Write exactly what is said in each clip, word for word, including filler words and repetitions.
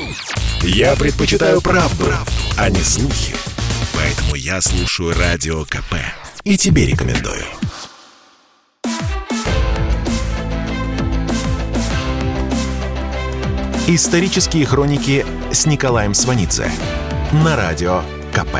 Я предпочитаю правду, правду, а не слухи. Поэтому я слушаю Радио КП. И тебе рекомендую. Исторические хроники с Николаем Сванидзе на Радио КП.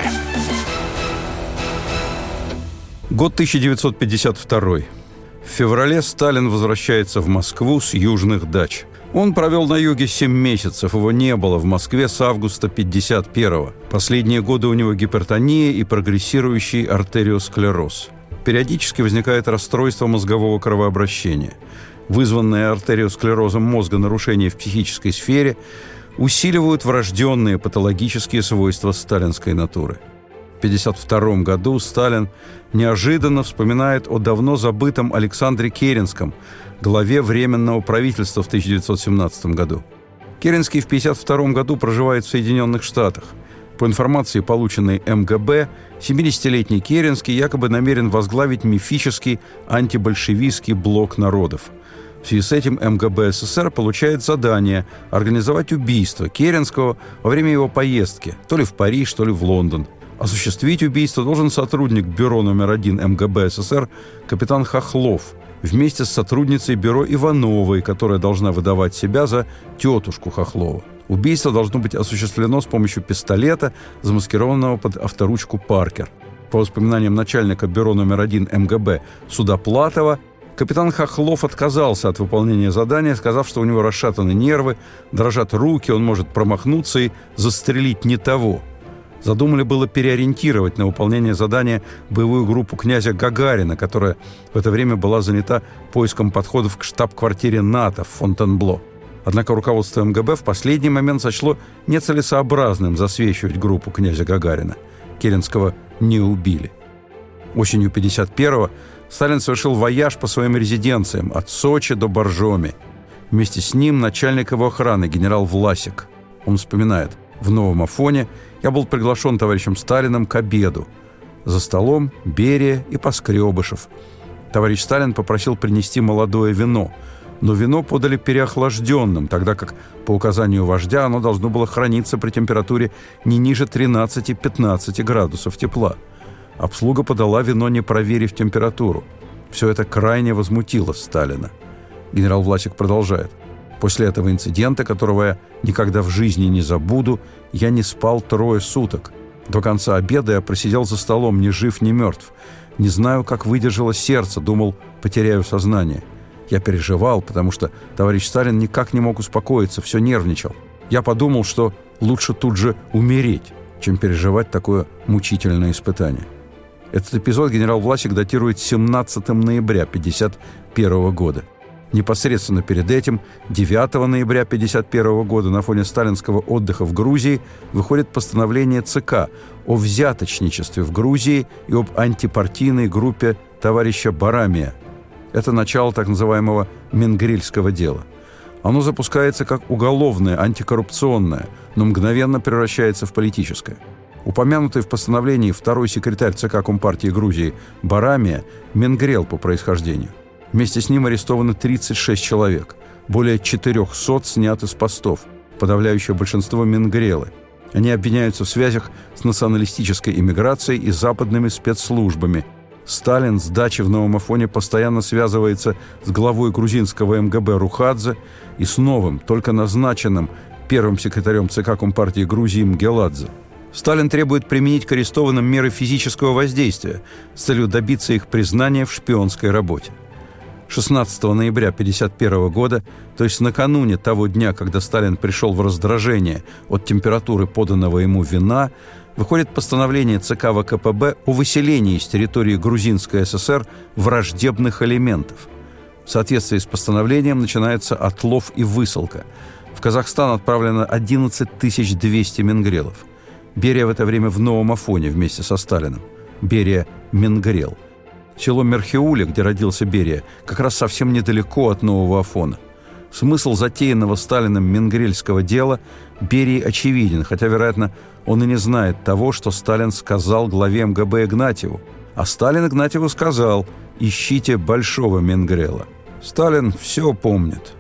Год тысяча девятьсот пятьдесят второй. В феврале Сталин возвращается в Москву с южных дач. Он провел на юге семь месяцев, его не было в Москве с августа пятьдесят первого. Последние годы у него гипертония и прогрессирующий артериосклероз. Периодически возникает расстройство мозгового кровообращения. Вызванные артериосклерозом мозга нарушения в психической сфере усиливают врожденные патологические свойства сталинской натуры. В тысяча девятьсот пятьдесят втором году Сталин неожиданно вспоминает о давно забытом Александре Керенском, главе Временного правительства в тысяча девятьсот семнадцатом году. Керенский в тысяча девятьсот пятьдесят втором году проживает в Соединенных Штатах. По информации, полученной эм гэ бэ, семидесятилетний Керенский якобы намерен возглавить мифический антибольшевистский блок народов. В связи с этим эм гэ бэ эс эс эр получает задание организовать убийство Керенского во время его поездки то ли в Париж, то ли в Лондон. Осуществить убийство должен сотрудник бюро номер один эм гэ бэ эс эс эр капитан Хохлов вместе с сотрудницей бюро Ивановой, которая должна выдавать себя за тетушку Хохлова. Убийство должно быть осуществлено с помощью пистолета, замаскированного под авторучку Паркер. По воспоминаниям начальника бюро номер один эм гэ бэ Судоплатова, капитан Хохлов отказался от выполнения задания, сказав, что у него расшатаны нервы, дрожат руки, он может промахнуться и застрелить не того. Задумали было переориентировать на выполнение задания боевую группу князя Гагарина, которая в это время была занята поиском подходов к штаб-квартире НАТО в Фонтенбло. Однако руководство эм гэ бэ в последний момент сочло нецелесообразным засвечивать группу князя Гагарина. Керенского не убили. Осенью пятьдесят первого Сталин совершил вояж по своим резиденциям от Сочи до Боржоми. Вместе с ним начальник его охраны генерал Власик. Он вспоминает: «В Новом Афоне я был приглашен товарищем Сталиным к обеду. За столом Берия и Поскребышев. Товарищ Сталин попросил принести молодое вино, но вино подали переохлажденным, тогда как по указанию вождя оно должно было храниться при температуре не ниже тринадцати-пятнадцати градусов тепла. Обслуга подала вино, не проверив температуру. Все это крайне возмутило Сталина». Генерал Власик продолжает: «После этого инцидента, которого я никогда в жизни не забуду, я не спал трое суток. До конца обеда я просидел за столом, ни жив, ни мертв. Не знаю, как выдержало сердце, думал, потеряю сознание. Я переживал, потому что товарищ Сталин никак не мог успокоиться, все нервничал. Я подумал, что лучше тут же умереть, чем переживать такое мучительное испытание». Этот эпизод генерал Власик датирует семнадцатого ноября пятьдесят первого года. Непосредственно перед этим, девятого ноября пятьдесят первого года, на фоне сталинского отдыха в Грузии, выходит постановление ЦК о взяточничестве в Грузии и об антипартийной группе товарища Барамия. Это начало так называемого Менгрельского дела. Оно запускается как уголовное, антикоррупционное, но мгновенно превращается в политическое. Упомянутый в постановлении второй секретарь ЦК Компартии Грузии Барамия Менгрел по происхождению. Вместе с ним арестованы тридцать шесть человек. Более четырехсот сняты с постов. Подавляющее большинство Менгрелы. Они обвиняются в связях с националистической эмиграцией и западными спецслужбами. Сталин с дачи в Новом Афоне постоянно связывается с главой грузинского эм гэ бэ Рухадзе и с новым, только назначенным первым секретарем ЦК Компартии Грузии Мгеладзе. Сталин требует применить к арестованным меры физического воздействия с целью добиться их признания в шпионской работе. шестнадцатого ноября пятьдесят первого года, то есть накануне того дня, когда Сталин пришел в раздражение от температуры поданного ему вина, выходит постановление ЦК вэ ка пэ бэ о выселении с территории Грузинской эс эс эр враждебных элементов. В соответствии с постановлением начинается отлов и высылка. В Казахстан отправлено одиннадцать тысяч двести менгрелов. Берия в это время в Новом Афоне вместе со Сталиным. Берия Менгрел. Село Мерхиуля, где родился Берия, как раз совсем недалеко от Нового Афона. Смысл затеянного Сталиным менгрельского дела Берии очевиден, хотя, вероятно, он и не знает того, что Сталин сказал главе эм гэ бэ Игнатьеву. А Сталин Игнатьеву сказал: «Ищите большого Менгрела». Сталин все помнит.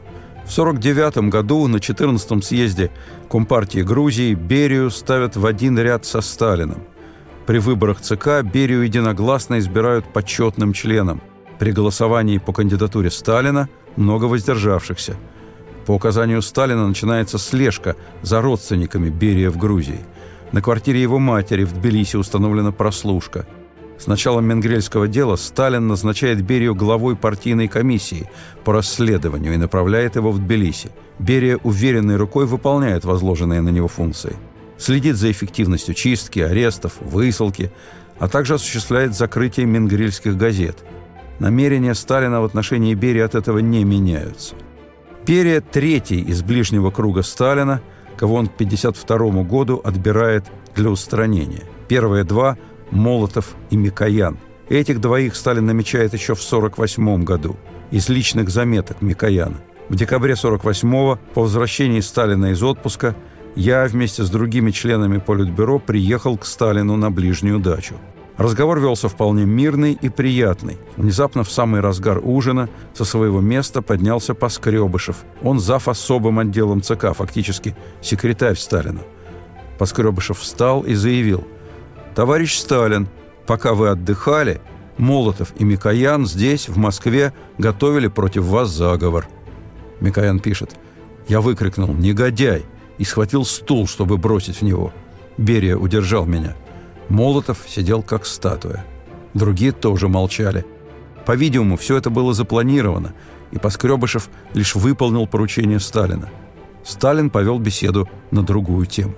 В сорок девятом году на четырнадцатом съезде Компартии Грузии Берию ставят в один ряд со Сталиным. При выборах ЦК Берию единогласно избирают почетным членом. При голосовании по кандидатуре Сталина много воздержавшихся. По указанию Сталина начинается слежка за родственниками Берия в Грузии. На квартире его матери в Тбилиси установлена прослушка. С началом Менгрельского дела Сталин назначает Берию главой партийной комиссии по расследованию и направляет его в Тбилиси. Берия уверенной рукой выполняет возложенные на него функции. Следит за эффективностью чистки, арестов, высылки, а также осуществляет закрытие менгрельских газет. Намерения Сталина в отношении Берии от этого не меняются. Берия – третий из ближнего круга Сталина, кого он к пятьдесят второму году отбирает для устранения. Первые два – Молотов и Микоян. Этих двоих Сталин намечает еще в сорок восьмом году. Из личных заметок Микояна. В декабре сорок восьмого, по возвращении Сталина из отпуска, я вместе с другими членами Политбюро приехал к Сталину на ближнюю дачу. Разговор велся вполне мирный и приятный. Внезапно в самый разгар ужина со своего места поднялся Поскребышев. Он зав. Особым отделом ЦК, фактически секретарь Сталина. Поскребышев встал и заявил: «Товарищ Сталин, пока вы отдыхали, Молотов и Микоян здесь, в Москве, готовили против вас заговор». Микоян пишет: «Я выкрикнул: негодяй!» и схватил стул, чтобы бросить в него. Берия удержал меня. Молотов сидел как статуя. Другие тоже молчали. По-видимому, все это было запланировано, и Поскребышев лишь выполнил поручение Сталина. Сталин повел беседу на другую тему.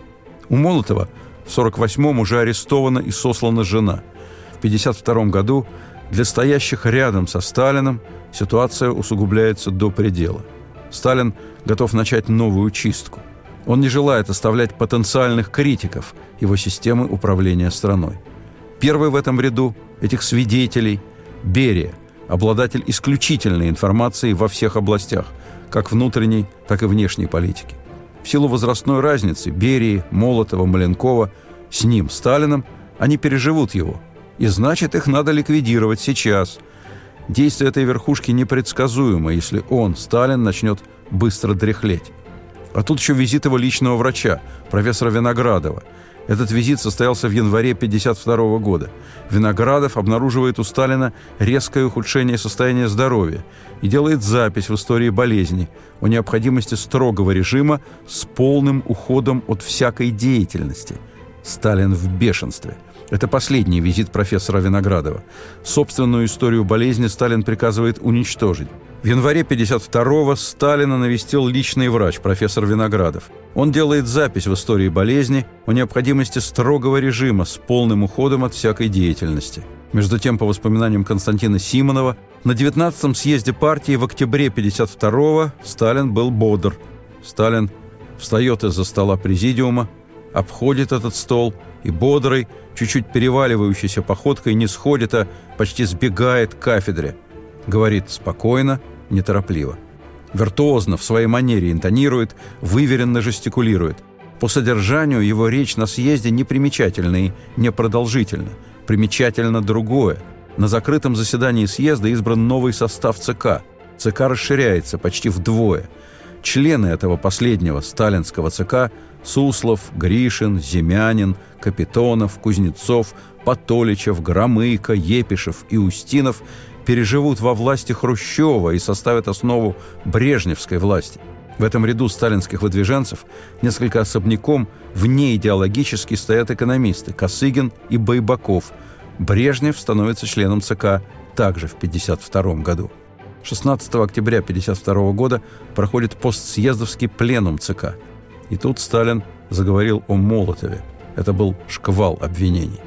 У Молотова в сорок восьмом уже арестована и сослана жена. В пятьдесят втором году для стоящих рядом со Сталиным ситуация усугубляется до предела. Сталин готов начать новую чистку. Он не желает оставлять потенциальных критиков его системы управления страной. Первый в этом ряду этих свидетелей – Берия, обладатель исключительной информации во всех областях, как внутренней, так и внешней политики. В силу возрастной разницы Берии, Молотова, Маленкова с ним, Сталиным, они переживут его. И значит, их надо ликвидировать сейчас. Действие этой верхушки непредсказуемо, если он, Сталин, начнет быстро дряхлеть. А тут еще визит его личного врача, профессора Виноградова. Этот визит состоялся в январе пятьдесят второго года. Виноградов обнаруживает у Сталина резкое ухудшение состояния здоровья и делает запись в истории болезни о необходимости строгого режима с полным уходом от всякой деятельности. Сталин в бешенстве. Это последний визит профессора Виноградова. Собственную историю болезни Сталин приказывает уничтожить. В январе пятьдесят второго Сталина навестил личный врач, профессор Виноградов. Он делает запись в истории болезни о необходимости строгого режима с полным уходом от всякой деятельности. Между тем, по воспоминаниям Константина Симонова, на девятнадцатом съезде партии в октябре пятьдесят второго Сталин был бодр. Сталин встает из-за стола президиума, обходит этот стол и бодрой, чуть-чуть переваливающейся походкой не сходит, а почти сбегает к кафедре. Говорит спокойно, неторопливо. Виртуозно в своей манере интонирует, выверенно жестикулирует. По содержанию его речь на съезде непримечательна и непродолжительна. Примечательно другое. На закрытом заседании съезда избран новый состав ЦК. ЦК расширяется почти вдвое. Члены этого последнего сталинского ЦК – Суслов, Гришин, Земянин, Капитонов, Кузнецов, Патоличев, Громыко, Епишев и Устинов – переживут во власти Хрущева и составят основу брежневской власти. В этом ряду сталинских выдвиженцев несколько особняком внеидеологически стоят экономисты Косыгин и Байбаков. Брежнев становится членом ЦК также в пятьдесят втором году. шестнадцатого октября пятьдесят второго года проходит постсъездовский пленум ЦК. И тут Сталин заговорил о Молотове. Это был шквал обвинений.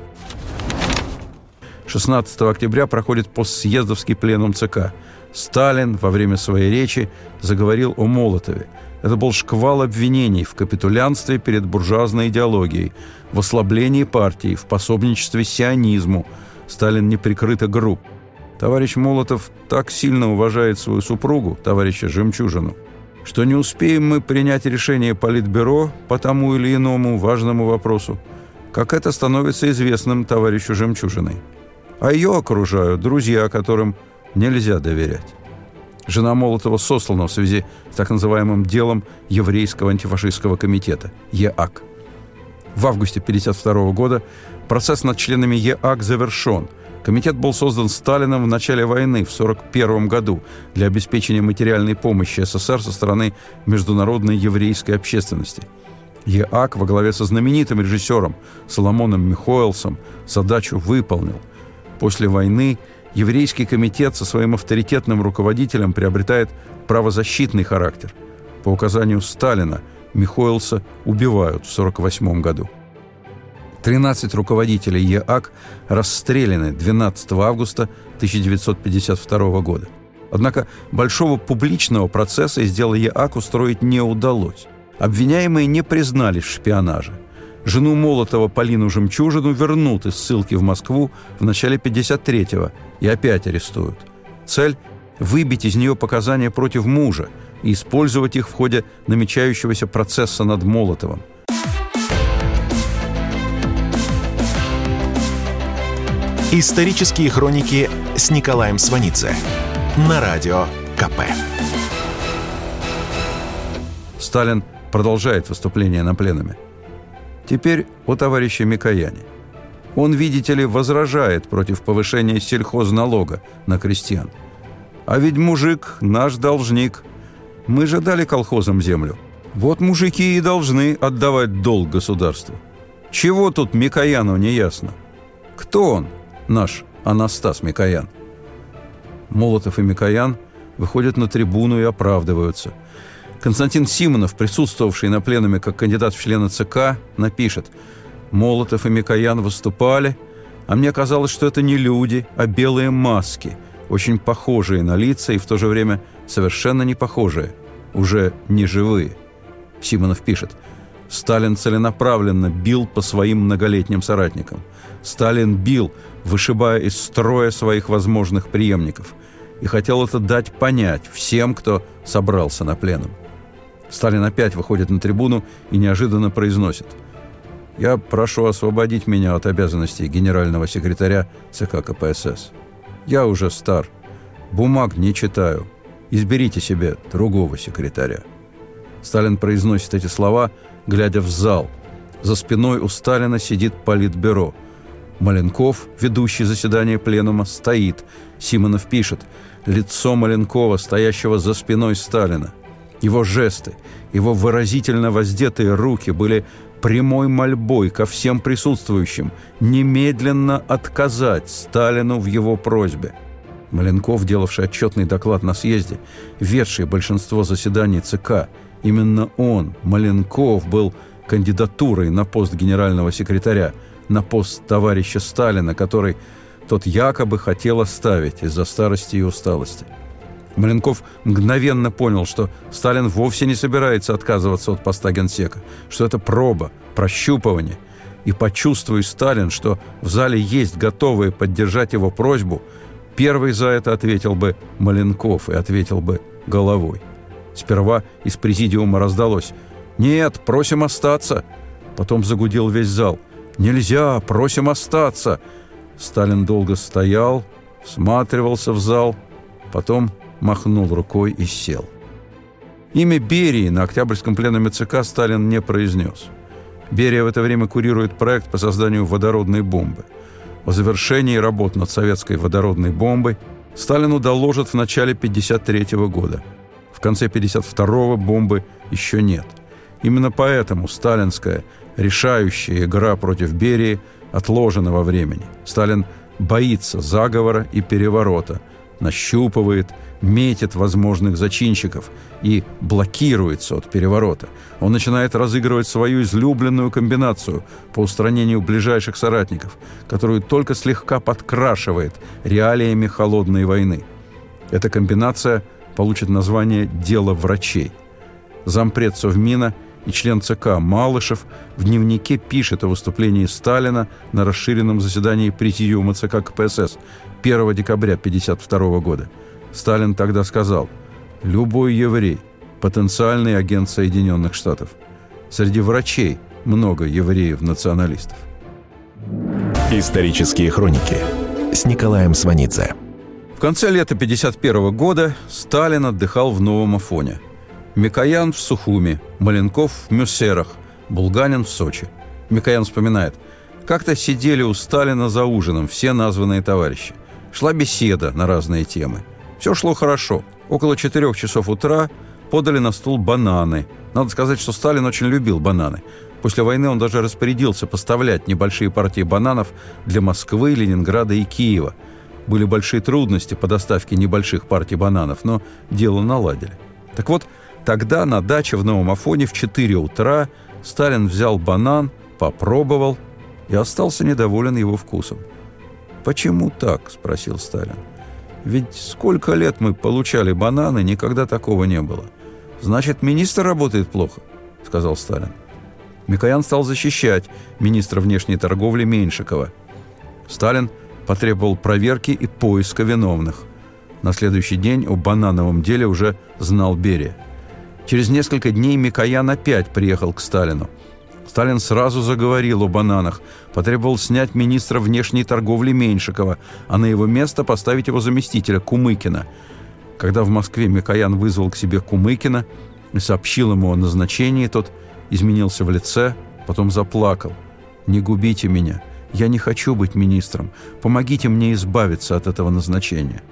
шестнадцатого октября проходит постсъездовский пленум ЦК. Сталин во время своей речи заговорил о Молотове. Это был шквал обвинений в капитулянстве перед буржуазной идеологией, в ослаблении партии, в пособничестве сионизму. Сталин неприкрыто груб. Товарищ Молотов так сильно уважает свою супругу, товарища Жемчужину, что не успеем мы принять решение Политбюро по тому или иному важному вопросу, как это становится известным товарищу Жемчужиной. А ее окружают друзья, которым нельзя доверять. Жена Молотова сослана в связи с так называемым делом Еврейского антифашистского комитета ЕАК. В августе тысяча девятьсот пятьдесят второго года процесс над членами ЕАК завершен. Комитет был создан Сталином в начале войны в сорок первом году для обеспечения материальной помощи СССР со стороны международной еврейской общественности. ЕАК во главе со знаменитым режиссером Соломоном Михоэлсом задачу выполнил. После войны еврейский комитет со своим авторитетным руководителем приобретает правозащитный характер. По указанию Сталина Михоэлса убивают в сорок восьмом году. тринадцать руководителей ЕАК расстреляны двенадцатого августа тысяча девятьсот пятьдесят второго года. Однако большого публичного процесса из дела ЕАК устроить не удалось. Обвиняемые не признались в шпионаже. Жену Молотова Полину Жемчужину вернут из ссылки в Москву в начале пятьдесят третьего и опять арестуют. Цель – выбить из нее показания против мужа и использовать их в ходе намечающегося процесса над Молотовым. Исторические хроники с Николаем Сванидзе на радио КП. Сталин продолжает выступление на пленуме. Теперь о товарище Микояне. Он, видите ли, возражает против повышения сельхозналога на крестьян. А ведь мужик наш должник. Мы же дали колхозам землю. Вот мужики и должны отдавать долг государству. Чего тут Микояну не ясно? Кто он, наш Анастас Микоян? Молотов и Микоян выходят на трибуну и оправдываются. Константин Симонов, присутствовавший на пленуме как кандидат в члены ЦК, напишет: «Молотов и Микоян выступали, а мне казалось, что это не люди, а белые маски, очень похожие на лица и в то же время совершенно не похожие, уже не живые». Симонов пишет: «Сталин целенаправленно бил по своим многолетним соратникам. Сталин бил, вышибая из строя своих возможных преемников, и хотел это дать понять всем, кто собрался на пленум». Сталин опять выходит на трибуну и неожиданно произносит: «Я прошу освободить меня от обязанностей генерального секретаря ЦК КПСС. Я уже стар, бумаг не читаю. Изберите себе другого секретаря». Сталин произносит эти слова, глядя в зал. За спиной у Сталина сидит политбюро. Маленков, ведущий заседание пленума, стоит. Симонов пишет: «Лицо Маленкова, стоящего за спиной Сталина, его жесты, его выразительно воздетые руки были прямой мольбой ко всем присутствующим немедленно отказать Сталину в его просьбе». Маленков, делавший отчетный доклад на съезде, ведший большинство заседаний ЦК, именно он, Маленков, был кандидатурой на пост генерального секретаря, на пост товарища Сталина, который тот якобы хотел оставить из-за старости и усталости. Маленков мгновенно понял, что Сталин вовсе не собирается отказываться от поста генсека, что это проба, прощупывание. И почувствуя Сталин, что в зале есть готовые поддержать его просьбу, первый за это ответил бы Маленков и ответил бы головой. Сперва из президиума раздалось: «Нет, просим остаться». Потом загудел весь зал: «Нельзя, просим остаться». Сталин долго стоял, всматривался в зал, потом махнул рукой и сел. Имя Берии на Октябрьском пленуме ЦК Сталин не произнес. Берия в это время курирует проект по созданию водородной бомбы. О завершении работ над советской водородной бомбой Сталину доложат в начале пятьдесят третьего года. В конце пятьдесят второго бомбы еще нет. Именно поэтому сталинская решающая игра против Берии отложена во времени. Сталин боится заговора и переворота, нащупывает, метит возможных зачинщиков и блокируется от переворота. Он начинает разыгрывать свою излюбленную комбинацию по устранению ближайших соратников, которую только слегка подкрашивает реалиями холодной войны. Эта комбинация получит название «Дело врачей». Зампред Совмина и член ЦК Малышев в дневнике пишет о выступлении Сталина на расширенном заседании Президиума ЦК КПСС первого декабря тысяча девятьсот пятьдесят второго года. Сталин тогда сказал: «Любой еврей – потенциальный агент Соединенных Штатов. Среди врачей много евреев-националистов». Исторические хроники с Николаем Сванидзе. В конце лета пятьдесят первого года Сталин отдыхал в Новом Афоне. Микоян в Сухуми, Маленков в Мюссерах, Булганин в Сочи. Микоян вспоминает: «Как-то сидели у Сталина за ужином все названные товарищи. Шла беседа на разные темы. Все шло хорошо. Около четырех часов утра подали на стол бананы. Надо сказать, что Сталин очень любил бананы. После войны он даже распорядился поставлять небольшие партии бананов для Москвы, Ленинграда и Киева. Были большие трудности по доставке небольших партий бананов, но дело наладили. Так вот, тогда на даче в Новом Афоне в четыре утра Сталин взял банан, попробовал и остался недоволен его вкусом. «Почему так?» – спросил Сталин. «Ведь сколько лет мы получали бананы, никогда такого не было». «Значит, министр работает плохо», – сказал Сталин. Микоян стал защищать министра внешней торговли Меньшикова. Сталин потребовал проверки и поиска виновных. На следующий день о банановом деле уже знал Берия. Через несколько дней Микоян опять приехал к Сталину. Сталин сразу заговорил о бананах, потребовал снять министра внешней торговли Меньшикова, а на его место поставить его заместителя Кумыкина. Когда в Москве Микоян вызвал к себе Кумыкина и сообщил ему о назначении, тот изменился в лице, потом заплакал. «Не губите меня. Я не хочу быть министром. Помогите мне избавиться от этого назначения».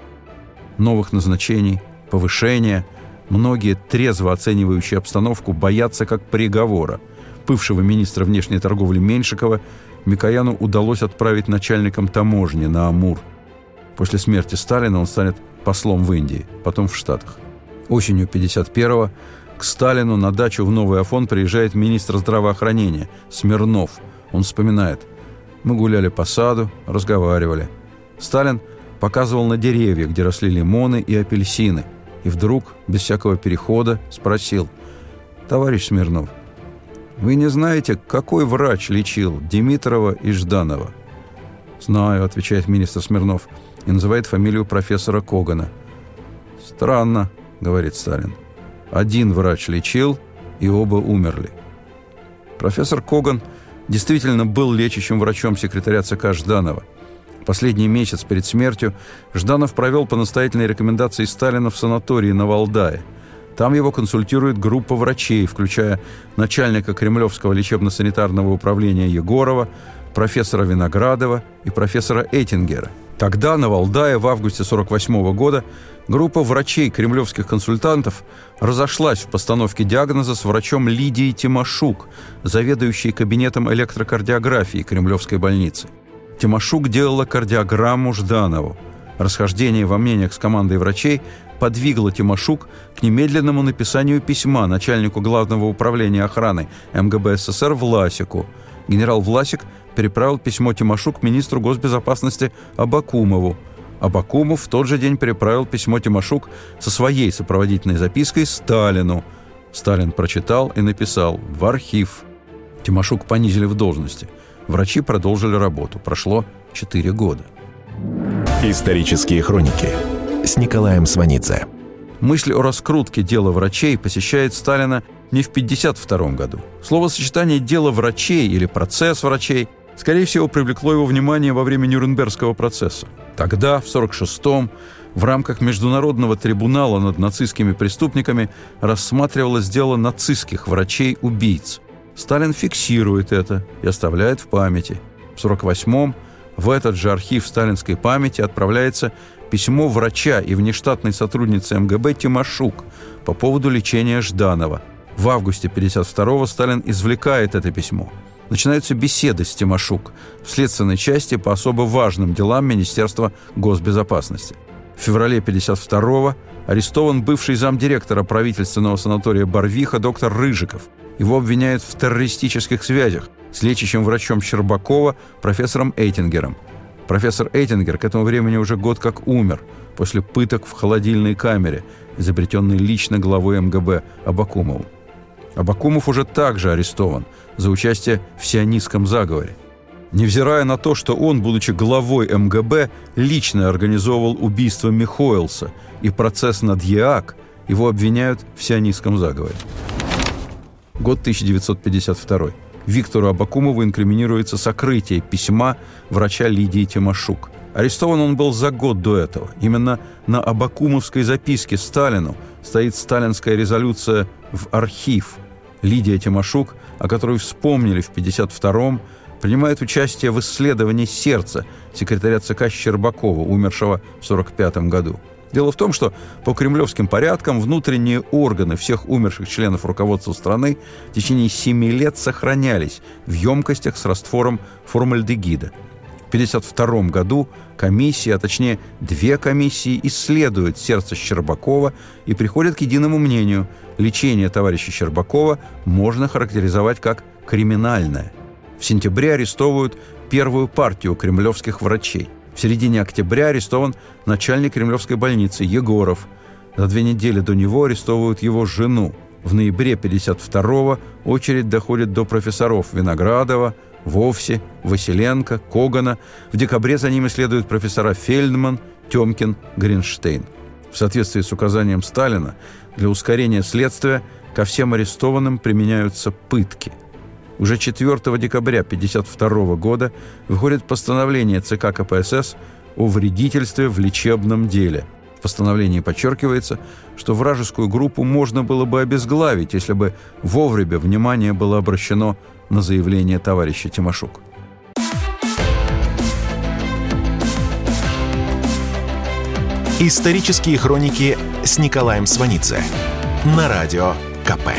Новых назначений, повышения. Многие, трезво оценивающие обстановку, боятся как приговора. Бывшего министра внешней торговли Меньшикова Микояну удалось отправить начальником таможни на Амур. После смерти Сталина он станет послом в Индии, потом в Штатах. Осенью пятьдесят первого к Сталину на дачу в Новый Афон приезжает министр здравоохранения Смирнов. Он вспоминает: «Мы гуляли по саду, разговаривали. Сталин показывал на деревья, где росли лимоны и апельсины, и вдруг, без всякого перехода, спросил: «Товарищ Смирнов, вы не знаете, какой врач лечил Димитрова и Жданова?» «Знаю», — отвечает министр Смирнов и называет фамилию профессора Когана. «Странно», — говорит Сталин. «Один врач лечил, и оба умерли». Профессор Коган действительно был лечащим врачом секретаря ЦК Жданова. Последний месяц перед смертью Жданов провел по настоятельной рекомендации Сталина в санатории на Валдае. Там его консультирует группа врачей, включая начальника Кремлевского лечебно-санитарного управления Егорова, профессора Виноградова и профессора Эттингера. Тогда на Валдае в августе сорок восьмого года группа врачей кремлевских консультантов разошлась в постановке диагноза с врачом Лидией Тимошук, заведующей кабинетом электрокардиографии Кремлевской больницы. Тимошук делала кардиограмму Жданову. Расхождение во мнениях с командой врачей подвигло Тимошук к немедленному написанию письма начальнику Главного управления охраны МГБ СССР Власику. Генерал Власик переправил письмо Тимошук министру госбезопасности Абакумову. Абакумов в тот же день переправил письмо Тимошук со своей сопроводительной запиской Сталину. Сталин прочитал и написал: «В архив». Тимошук понизили в должности. Врачи продолжили работу. Прошло четыре года. Исторические хроники с Николаем Сванидзе. Мысль о раскрутке дела врачей посещает Сталина не в пятьдесят втором году. Словосочетание «дело врачей» или «процесс врачей» скорее всего привлекло его внимание во время Нюрнбергского процесса. Тогда, в сорок шестом, в рамках Международного трибунала над нацистскими преступниками рассматривалось дело нацистских врачей-убийц. Сталин фиксирует это и оставляет в памяти. В сорок восьмом в этот же архив сталинской памяти отправляется письмо врача и внештатной сотрудницы МГБ Тимошук по поводу лечения Жданова. В августе пятьдесят второго Сталин извлекает это письмо. Начинаются беседы с Тимошук в следственной части по особо важным делам Министерства госбезопасности. В феврале пятьдесят второго арестован бывший замдиректора правительственного санатория Барвиха доктор Рыжиков. Его обвиняют в террористических связях с лечащим врачом Щербакова профессором Эттингером. Профессор Эттингер к этому времени уже год как умер после пыток в холодильной камере, изобретенной лично главой МГБ Абакумовым. Абакумов уже также арестован за участие в сионистском заговоре. Невзирая на то, что он, будучи главой МГБ, лично организовывал убийство Михоэлса и процесс над ЕАК, его обвиняют в сионистском заговоре. Год тысяча девятьсот пятьдесят второй. Виктору Абакумову инкриминируется сокрытие письма врача Лидии Тимошук. Арестован он был за год до этого. Именно на абакумовской записке Сталину стоит сталинская резолюция в архив. Лидия Тимошук, о которой вспомнили в пятьдесят втором, принимает участие в исследовании сердца секретаря ЦК Щербакова, умершего в сорок пятом году. Дело в том, что по кремлевским порядкам внутренние органы всех умерших членов руководства страны в течение семи лет сохранялись в емкостях с раствором формальдегида. В тысяча девятьсот пятьдесят втором году комиссия, а точнее две комиссии, исследуют сердце Щербакова и приходят к единому мнению: лечение товарища Щербакова можно характеризовать как криминальное. В сентябре арестовывают первую партию кремлевских врачей. В середине октября арестован начальник кремлевской больницы Егоров. За две недели до него арестовывают его жену. В ноябре пятьдесят второго очередь доходит до профессоров Виноградова, Вовсе, Василенко, Когана. В декабре за ними следуют профессора Фельдман, Тёмкин, Гринштейн. В соответствии с указанием Сталина, для ускорения следствия ко всем арестованным применяются пытки. Уже четвёртого декабря тысяча девятьсот пятьдесят второго года выходит постановление ЦК КПСС о вредительстве в лечебном деле. В постановлении подчеркивается, что вражескую группу можно было бы обезглавить, если бы вовремя внимание было обращено на заявление товарища Тимошук. Исторические хроники с Николаем Сванидзе на радио КП.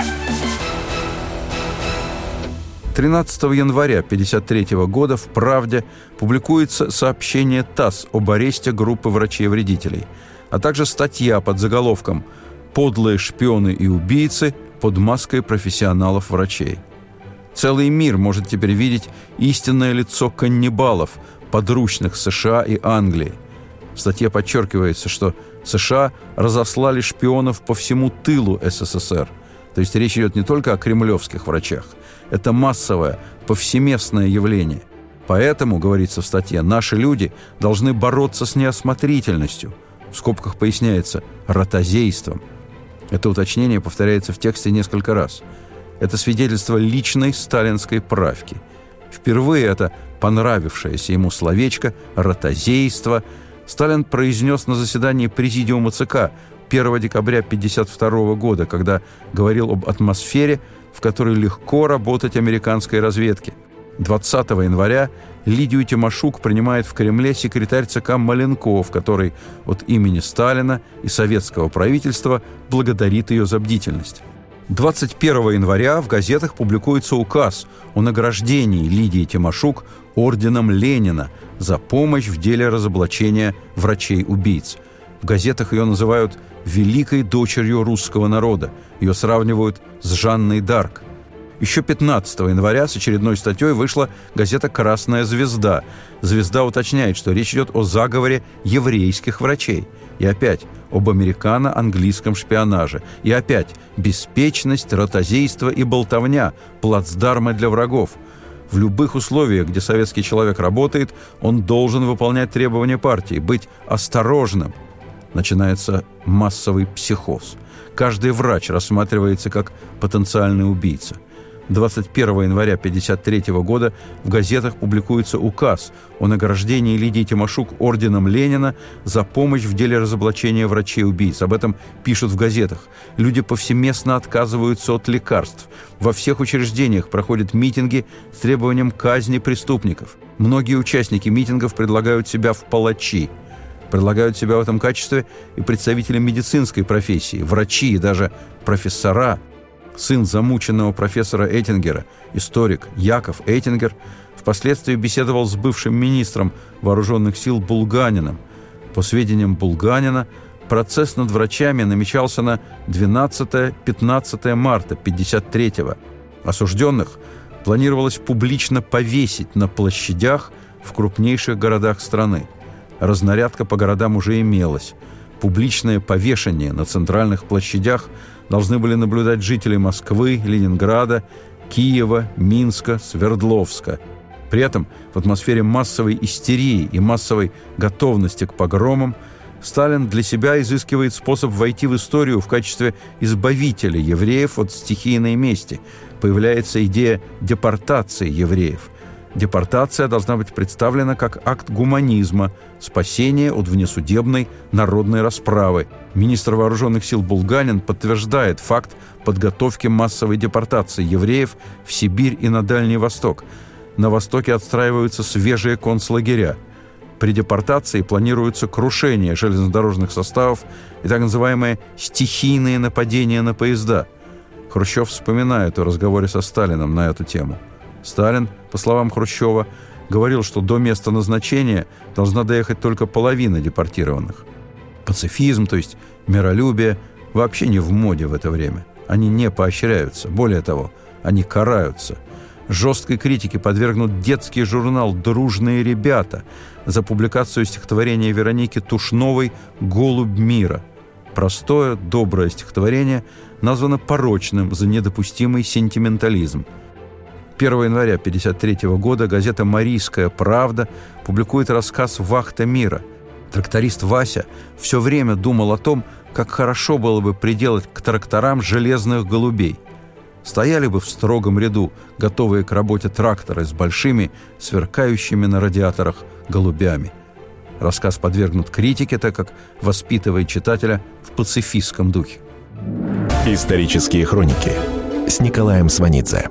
тринадцатого января тысяча девятьсот пятьдесят третьего года в «Правде» публикуется сообщение ТАСС об аресте группы врачей-вредителей, а также статья под заголовком «Подлые шпионы и убийцы под маской профессионалов-врачей». Целый мир может теперь видеть истинное лицо каннибалов, подручных США и Англии. В статье подчеркивается, что США разослали шпионов по всему тылу СССР. То есть речь идет не только о кремлевских врачах. Это массовое, повсеместное явление. Поэтому, говорится в статье, наши люди должны бороться с неосмотрительностью. В скобках поясняется ротозейством. Это уточнение повторяется в тексте несколько раз. Это свидетельство личной сталинской правки. Впервые это понравившееся ему словечко «ротозейство» Сталин произнес на заседании Президиума ЦК первого декабря тысяча девятьсот пятьдесят второго года, когда говорил об атмосфере, в которой легко работать американской разведке. двадцатого января Лидию Тимошук принимает в Кремле секретарь ЦК Маленков, который от имени Сталина и советского правительства благодарит ее за бдительность. двадцать первого января в газетах публикуется указ о награждении Лидии Тимошук орденом Ленина за помощь в деле разоблачения врачей-убийц. В газетах ее называют «великой дочерью русского народа». Ее сравнивают с Жанной д'Арк. Еще пятнадцатого января с очередной статьей вышла газета «Красная звезда». «Звезда» уточняет, что речь идет о заговоре еврейских врачей. И опять об американо-английском шпионаже. И опять беспечность, ротозейство и болтовня, плацдармы для врагов. В любых условиях, где советский человек работает, он должен выполнять требования партии, быть осторожным. Начинается массовый психоз. Каждый врач рассматривается как потенциальный убийца. двадцать первого января тысяча девятьсот пятьдесят третьего года в газетах публикуется указ о награждении Лидии Тимошук орденом Ленина за помощь в деле разоблачения врачей-убийц. Об этом пишут в газетах. Люди повсеместно отказываются от лекарств. Во всех учреждениях проходят митинги с требованием казни преступников. Многие участники митингов предлагают себя в палачи. Предлагают себя в этом качестве и представители медицинской профессии, врачи и даже профессора. Сын замученного профессора Эттингера, историк Яков Эттингер, впоследствии беседовал с бывшим министром вооруженных сил Булганиным. По сведениям Булганина, процесс над врачами намечался на двенадцатое-пятнадцатое марта тысяча девятьсот пятьдесят третьего. Осужденных планировалось публично повесить на площадях в крупнейших городах страны. Разнарядка по городам уже имелась. Публичное повешение на центральных площадях должны были наблюдать жители Москвы, Ленинграда, Киева, Минска, Свердловска. При этом в атмосфере массовой истерии и массовой готовности к погромам Сталин для себя изыскивает способ войти в историю в качестве избавителя евреев от стихийной мести. Появляется идея депортации евреев. Депортация должна быть представлена как акт гуманизма, спасение от внесудебной народной расправы. Министр вооруженных сил Булганин подтверждает факт подготовки массовой депортации евреев в Сибирь и на Дальний Восток. На Востоке отстраиваются свежие концлагеря. При депортации планируется крушение железнодорожных составов и так называемые стихийные нападения на поезда. Хрущев вспоминает о разговоре со Сталином на эту тему. Сталин, по словам Хрущева, говорил, что до места назначения должна доехать только половина депортированных. Пацифизм, то есть миролюбие, вообще не в моде в это время. Они не поощряются. Более того, они караются. Жесткой критике подвергнут детский журнал «Дружные ребята» за публикацию стихотворения Вероники Тушновой «Голубь мира». Простое, доброе стихотворение названо порочным за недопустимый сентиментализм. первого января тысяча девятьсот пятьдесят третьего года газета «Марийская правда» публикует рассказ «Вахта мира». Тракторист Вася все время думал о том, как хорошо было бы приделать к тракторам железных голубей. Стояли бы в строгом ряду, готовые к работе тракторы с большими, сверкающими на радиаторах голубями. Рассказ подвергнут критике, так как воспитывает читателя в пацифистском духе. Исторические хроники с Николаем Сванидзе.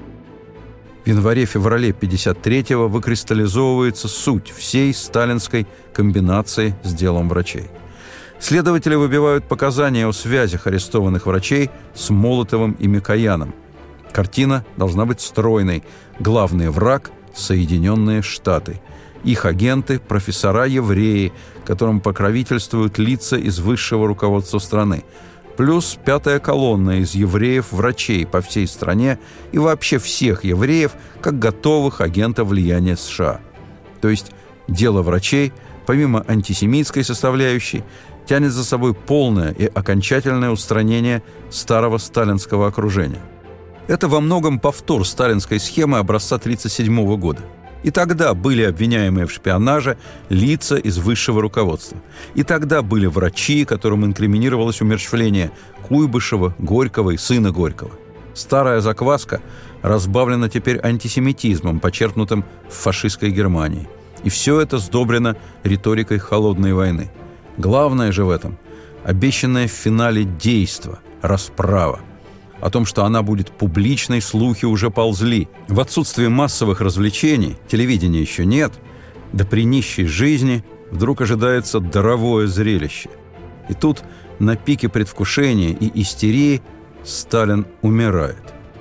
В январе-феврале тысяча девятьсот пятьдесят третьего выкристаллизовывается суть всей сталинской комбинации с делом врачей. Следователи выбивают показания о связях арестованных врачей с Молотовым и Микояном. Картина должна быть стройной. Главный враг – Соединенные Штаты. Их агенты – профессора-евреи, которым покровительствуют лица из высшего руководства страны. Плюс пятая колонна из евреев-врачей по всей стране и вообще всех евреев, как готовых агентов влияния США. То есть дело врачей, помимо антисемитской составляющей, тянет за собой полное и окончательное устранение старого сталинского окружения. Это во многом повтор сталинской схемы образца тысяча девятьсот тридцать седьмого года. И тогда были обвиняемые в шпионаже лица из высшего руководства. И тогда были врачи, которым инкриминировалось умерщвление Куйбышева, Горького и сына Горького. Старая закваска разбавлена теперь антисемитизмом, почерпнутым в фашистской Германии. И все это сдобрено риторикой холодной войны. Главное же в этом – обещанное в финале действо, расправа. О том, что она будет публичной, слухи уже ползли. В отсутствие массовых развлечений, телевидения еще нет, да при нищей жизни вдруг ожидается даровое зрелище. И тут на пике предвкушения и истерии Сталин умирает.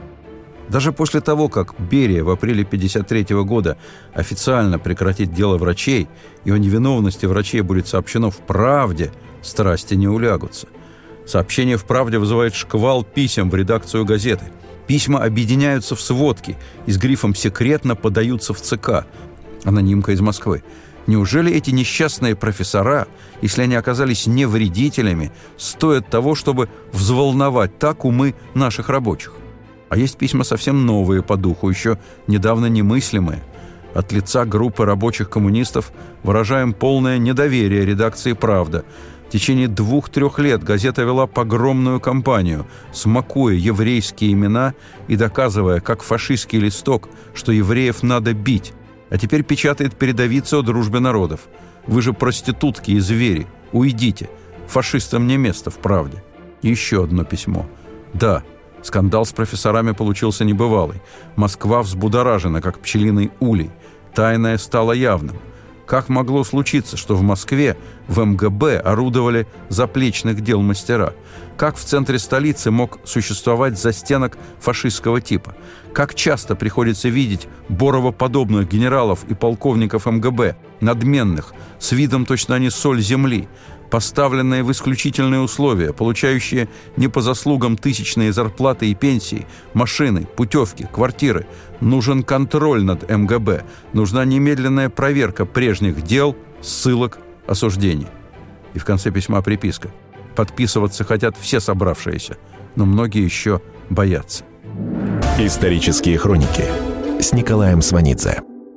Даже после того, как Берия в апреле тысяча девятьсот пятьдесят третьего года официально прекратит дело врачей, и о невиновности врачей будет сообщено в «Правде», страсти не улягутся. Сообщение в «Правде» вызывает шквал писем в редакцию газеты. Письма объединяются в сводки и с грифом «Секретно» подаются в ЦК. Анонимка из Москвы. Неужели эти несчастные профессора, если они оказались не вредителями, стоят того, чтобы взволновать так умы наших рабочих? А есть письма совсем новые по духу, еще недавно немыслимые. От лица группы рабочих коммунистов выражаем полное недоверие редакции «Правда». В течение двух-трех лет газета вела погромную кампанию, смакуя еврейские имена и доказывая, как фашистский листок, что евреев надо бить. А теперь печатает передовицы о дружбе народов. Вы же проститутки и звери. Уйдите. Фашистам не место в «Правде». И еще одно письмо. Да, скандал с профессорами получился небывалый. Москва взбудоражена, как пчелиный улей. Тайное стало явным. Как могло случиться, что в Москве в эм гэ бэ орудовали заплечных дел мастера? Как в центре столицы мог существовать застенок фашистского типа? Как часто приходится видеть Боровоподобных генералов и полковников эм гэ бэ, надменных, с видом точно они соль земли, поставленные в исключительные условия, получающие не по заслугам тысячные зарплаты и пенсии, машины, путевки, квартиры. Нужен контроль над эм гэ бэ, нужна немедленная проверка прежних дел, ссылок, осуждений. И в конце письма приписка. Подписываться хотят все собравшиеся, но многие еще боятся. Исторические хроники с Николаем Сванидзе.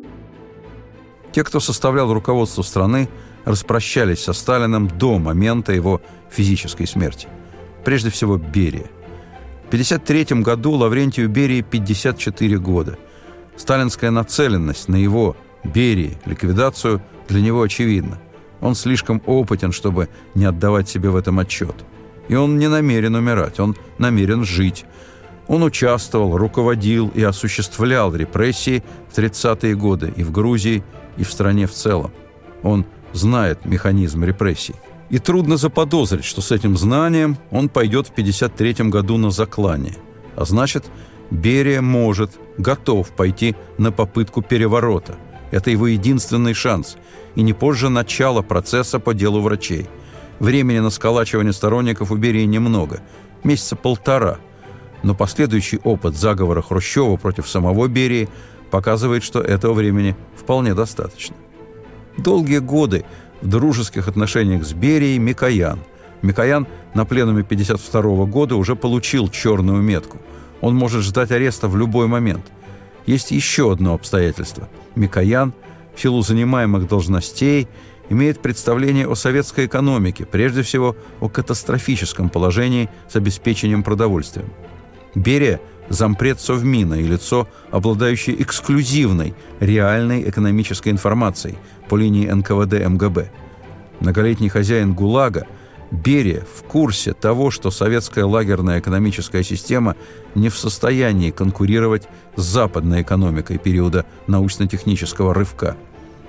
Те, кто составлял руководство страны, распрощались со Сталиным до момента его физической смерти. Прежде всего, Берия. В тысяча девятьсот пятьдесят третьем году Лаврентию Берии пятьдесят четыре года. Сталинская нацеленность на его, Берии, ликвидацию для него очевидна. Он слишком опытен, чтобы не отдавать себе в этом отчет. И он не намерен умирать, он намерен жить. Он участвовал, руководил и осуществлял репрессии в тридцатые годы и в Грузии, и в стране в целом. Он знает механизм репрессий. И трудно заподозрить, что с этим знанием он пойдет в пятьдесят третьем году на заклание. А значит, Берия может, готов пойти на попытку переворота. Это его единственный шанс. И не позже начала процесса по делу врачей. Времени на сколачивание сторонников у Берии немного. Месяца полтора. Но последующий опыт заговора Хрущева против самого Берии показывает, что этого времени вполне достаточно. Долгие годы в дружеских отношениях с Берией Микоян. Микоян на пленуме пятьдесят второго года уже получил черную метку. Он может ждать ареста в любой момент. Есть еще одно обстоятельство. Микоян, в силу занимаемых должностей, имеет представление о советской экономике, прежде всего о катастрофическом положении с обеспечением продовольствием. Берия – зампред Совмина и лицо, обладающее эксклюзивной, реальной экономической информацией по линии эн ка вэ дэ эм гэ бэ. Многолетний хозяин ГУЛАГа, Берия в курсе того, что советская лагерная экономическая система не в состоянии конкурировать с западной экономикой периода научно-технического рывка.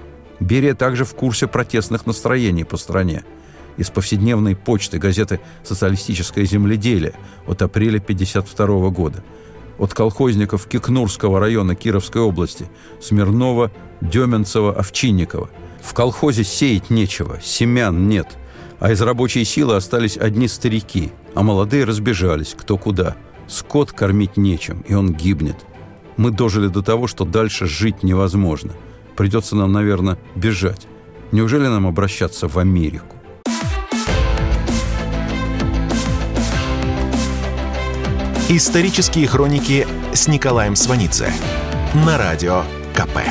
Берия также в курсе протестных настроений по стране. Из повседневной почты газеты «Социалистическое земледелие» от апреля пятьдесят второго года. От колхозников Кикнурского района Кировской области Смирнова, Деменцева, Овчинникова. В колхозе сеять нечего, семян нет, а из рабочей силы остались одни старики, а молодые разбежались кто куда. Скот кормить нечем, и он гибнет. Мы дожили до того, что дальше жить невозможно. Придется нам, наверное, бежать. Неужели нам обращаться в Америку? Исторические хроники с Николаем Сванидзе на радио ка пэ.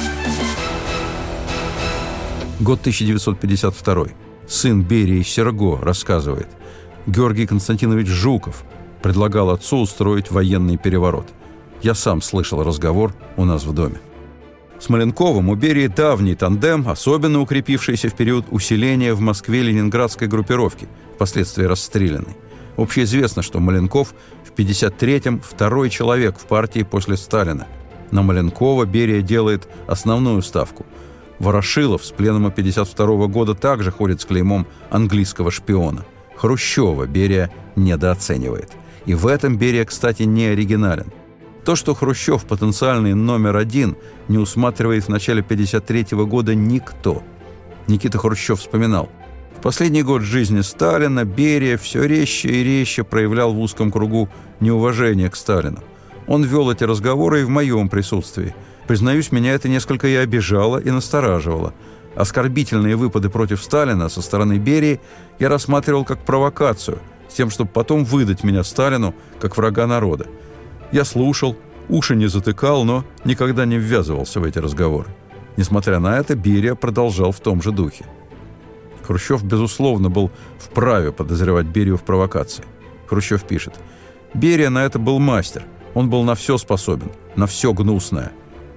Год тысяча девятьсот пятьдесят второй. Сын Берии Серго рассказывает. Георгий Константинович Жуков предлагал отцу устроить военный переворот. Я сам слышал разговор у нас в доме. С Маленковым у Берии давний тандем, особенно укрепившийся в период усиления в Москве ленинградской группировки, впоследствии расстрелянной. Общеизвестно, что Маленков в пятьдесят третьем второй человек в партии после Сталина. На Маленкова Берия делает основную ставку. Ворошилов с пленума пятьдесят второго года также ходит с клеймом английского шпиона. Хрущева Берия недооценивает. И в этом Берия, кстати, не оригинален. То, что Хрущев потенциальный номер один, не усматривает в начале пятьдесят третьего года никто. Никита Хрущев вспоминал. В последний год жизни Сталина Берия все резче и резче проявлял в узком кругу неуважение к Сталину. Он вел эти разговоры и в моем присутствии. Признаюсь, меня это несколько и обижало, и настораживало. Оскорбительные выпады против Сталина со стороны Берии я рассматривал как провокацию, с тем, чтобы потом выдать меня Сталину как врага народа. Я слушал, уши не затыкал, но никогда не ввязывался в эти разговоры. Несмотря на это, Берия продолжал в том же духе. Хрущев, безусловно, был вправе подозревать Берию в провокации. Хрущев пишет. Берия на это был мастер. Он был на все способен, на все гнусное.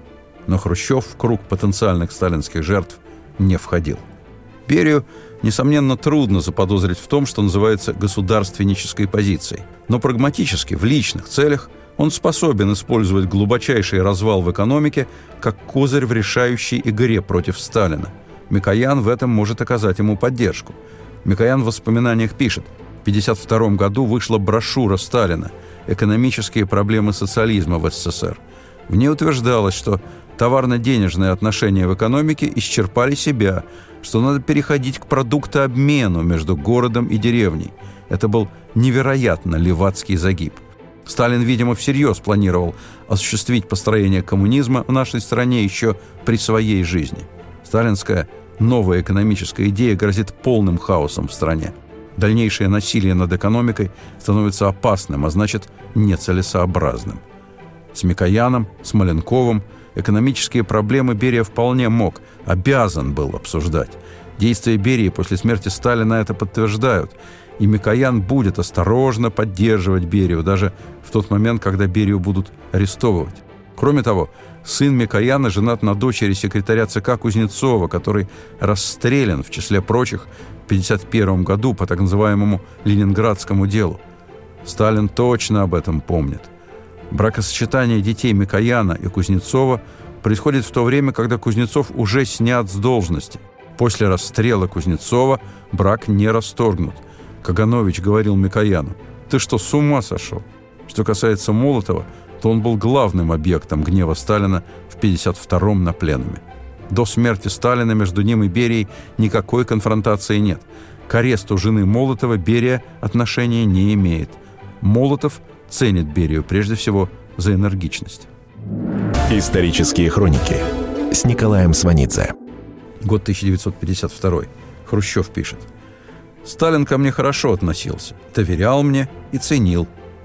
Но Хрущев в круг потенциальных сталинских жертв не входил. Берию, несомненно, трудно заподозрить в том, что называется государственнической позицией. Но прагматически, в личных целях, он способен использовать глубочайший развал в экономике как козырь в решающей игре против Сталина. Микоян в этом может оказать ему поддержку. Микоян в воспоминаниях пишет, в пятьдесят втором году вышла брошюра Сталина «Экономические проблемы социализма в эс эс эс эр». В ней утверждалось, что товарно-денежные отношения в экономике исчерпали себя, что надо переходить к продуктообмену между городом и деревней. Это был невероятно левацкий загиб. Сталин, видимо, всерьез планировал осуществить построение коммунизма в нашей стране еще при своей жизни. Сталинская новая экономическая идея грозит полным хаосом в стране. Дальнейшее насилие над экономикой становится опасным, а значит, нецелесообразным. С Микояном, с Маленковым экономические проблемы Берия вполне мог, обязан был обсуждать. Действия Берии после смерти Сталина это подтверждают. И Микоян будет осторожно поддерживать Берию, даже в тот момент, когда Берию будут арестовывать. Кроме того, сын Микояна женат на дочери секретаря ЦК Кузнецова, который расстрелян, в числе прочих, в тысяча девятьсот пятьдесят первом году по так называемому Ленинградскому делу. Сталин точно об этом помнит. Бракосочетание детей Микояна и Кузнецова происходит в то время, когда Кузнецов уже снят с должности. После расстрела Кузнецова брак не расторгнут. Каганович говорил Микояну: «Ты что, с ума сошел?» Что касается Молотова, то он был главным объектом гнева Сталина в пятьдесят втором на пленуме. До смерти Сталина между ним и Берией никакой конфронтации нет. К аресту жены Молотова Берия отношения не имеет. Молотов ценит Берию прежде всего за энергичность. Исторические хроники с Николаем Сванидзе. Год тысяча девятьсот пятьдесят второй. Хрущев пишет: «Сталин ко мне хорошо относился, доверял мне и ценил.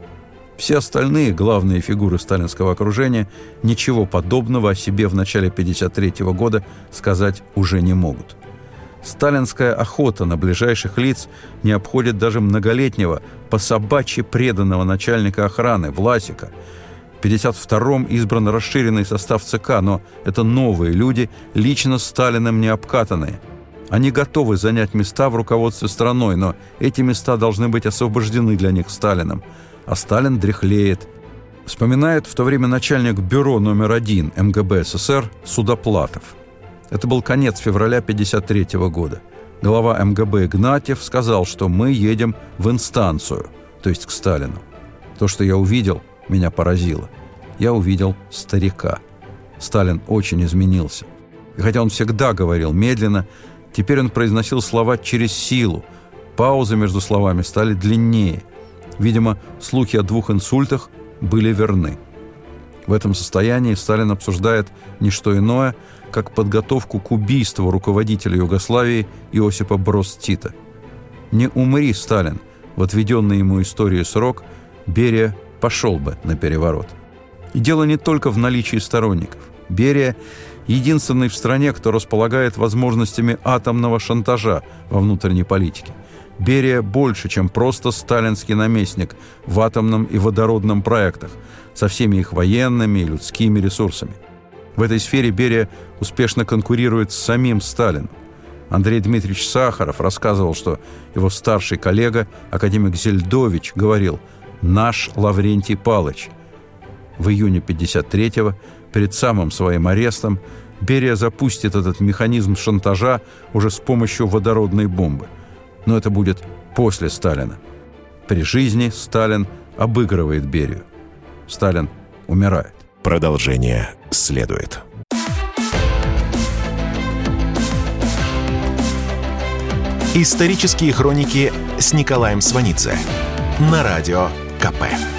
Все остальные главные фигуры сталинского окружения ничего подобного о себе в начале пятьдесят третьего года сказать уже не могут. Сталинская охота на ближайших лиц не обходит даже многолетнего, по-собачьи преданного начальника охраны Власика. В пятьдесят втором избран расширенный состав ЦК, но это новые люди, лично Сталиным не обкатанные. Они готовы занять места в руководстве страной, но эти места должны быть освобождены для них Сталиным. А Сталин дряхлеет», вспоминает в то время начальник бюро номер один МГБ СССР Судоплатов. Это был конец февраля пятьдесят третьего года. Глава МГБ Игнатьев сказал, что мы едем в инстанцию, то есть к Сталину. То, что я увидел, меня поразило. Я увидел старика. Сталин очень изменился. И хотя он всегда говорил медленно, теперь он произносил слова через силу. Паузы между словами стали длиннее. Видимо, слухи о двух инсультах были верны. В этом состоянии Сталин обсуждает не что иное, как подготовку к убийству руководителя Югославии Иосипа Броз Тита. Не умри, Сталин, в отведенный ему историей срок, Берия пошел бы на переворот. И дело не только в наличии сторонников. Берия – единственный в стране, кто располагает возможностями атомного шантажа во внутренней политике. Берия больше, чем просто сталинский наместник в атомном и водородном проектах, со всеми их военными и людскими ресурсами. В этой сфере Берия успешно конкурирует с самим Сталином. Андрей Дмитриевич Сахаров рассказывал, что его старший коллега, академик Зельдович, говорил: «Наш Лаврентий Палыч». В июне пятьдесят третьего, перед самым своим арестом, Берия запустит этот механизм шантажа уже с помощью водородной бомбы. Но это будет после Сталина. При жизни Сталин обыгрывает Берию. Сталин умирает. Продолжение следует. Исторические хроники с Николаем Сванидзе на радио ка пэ.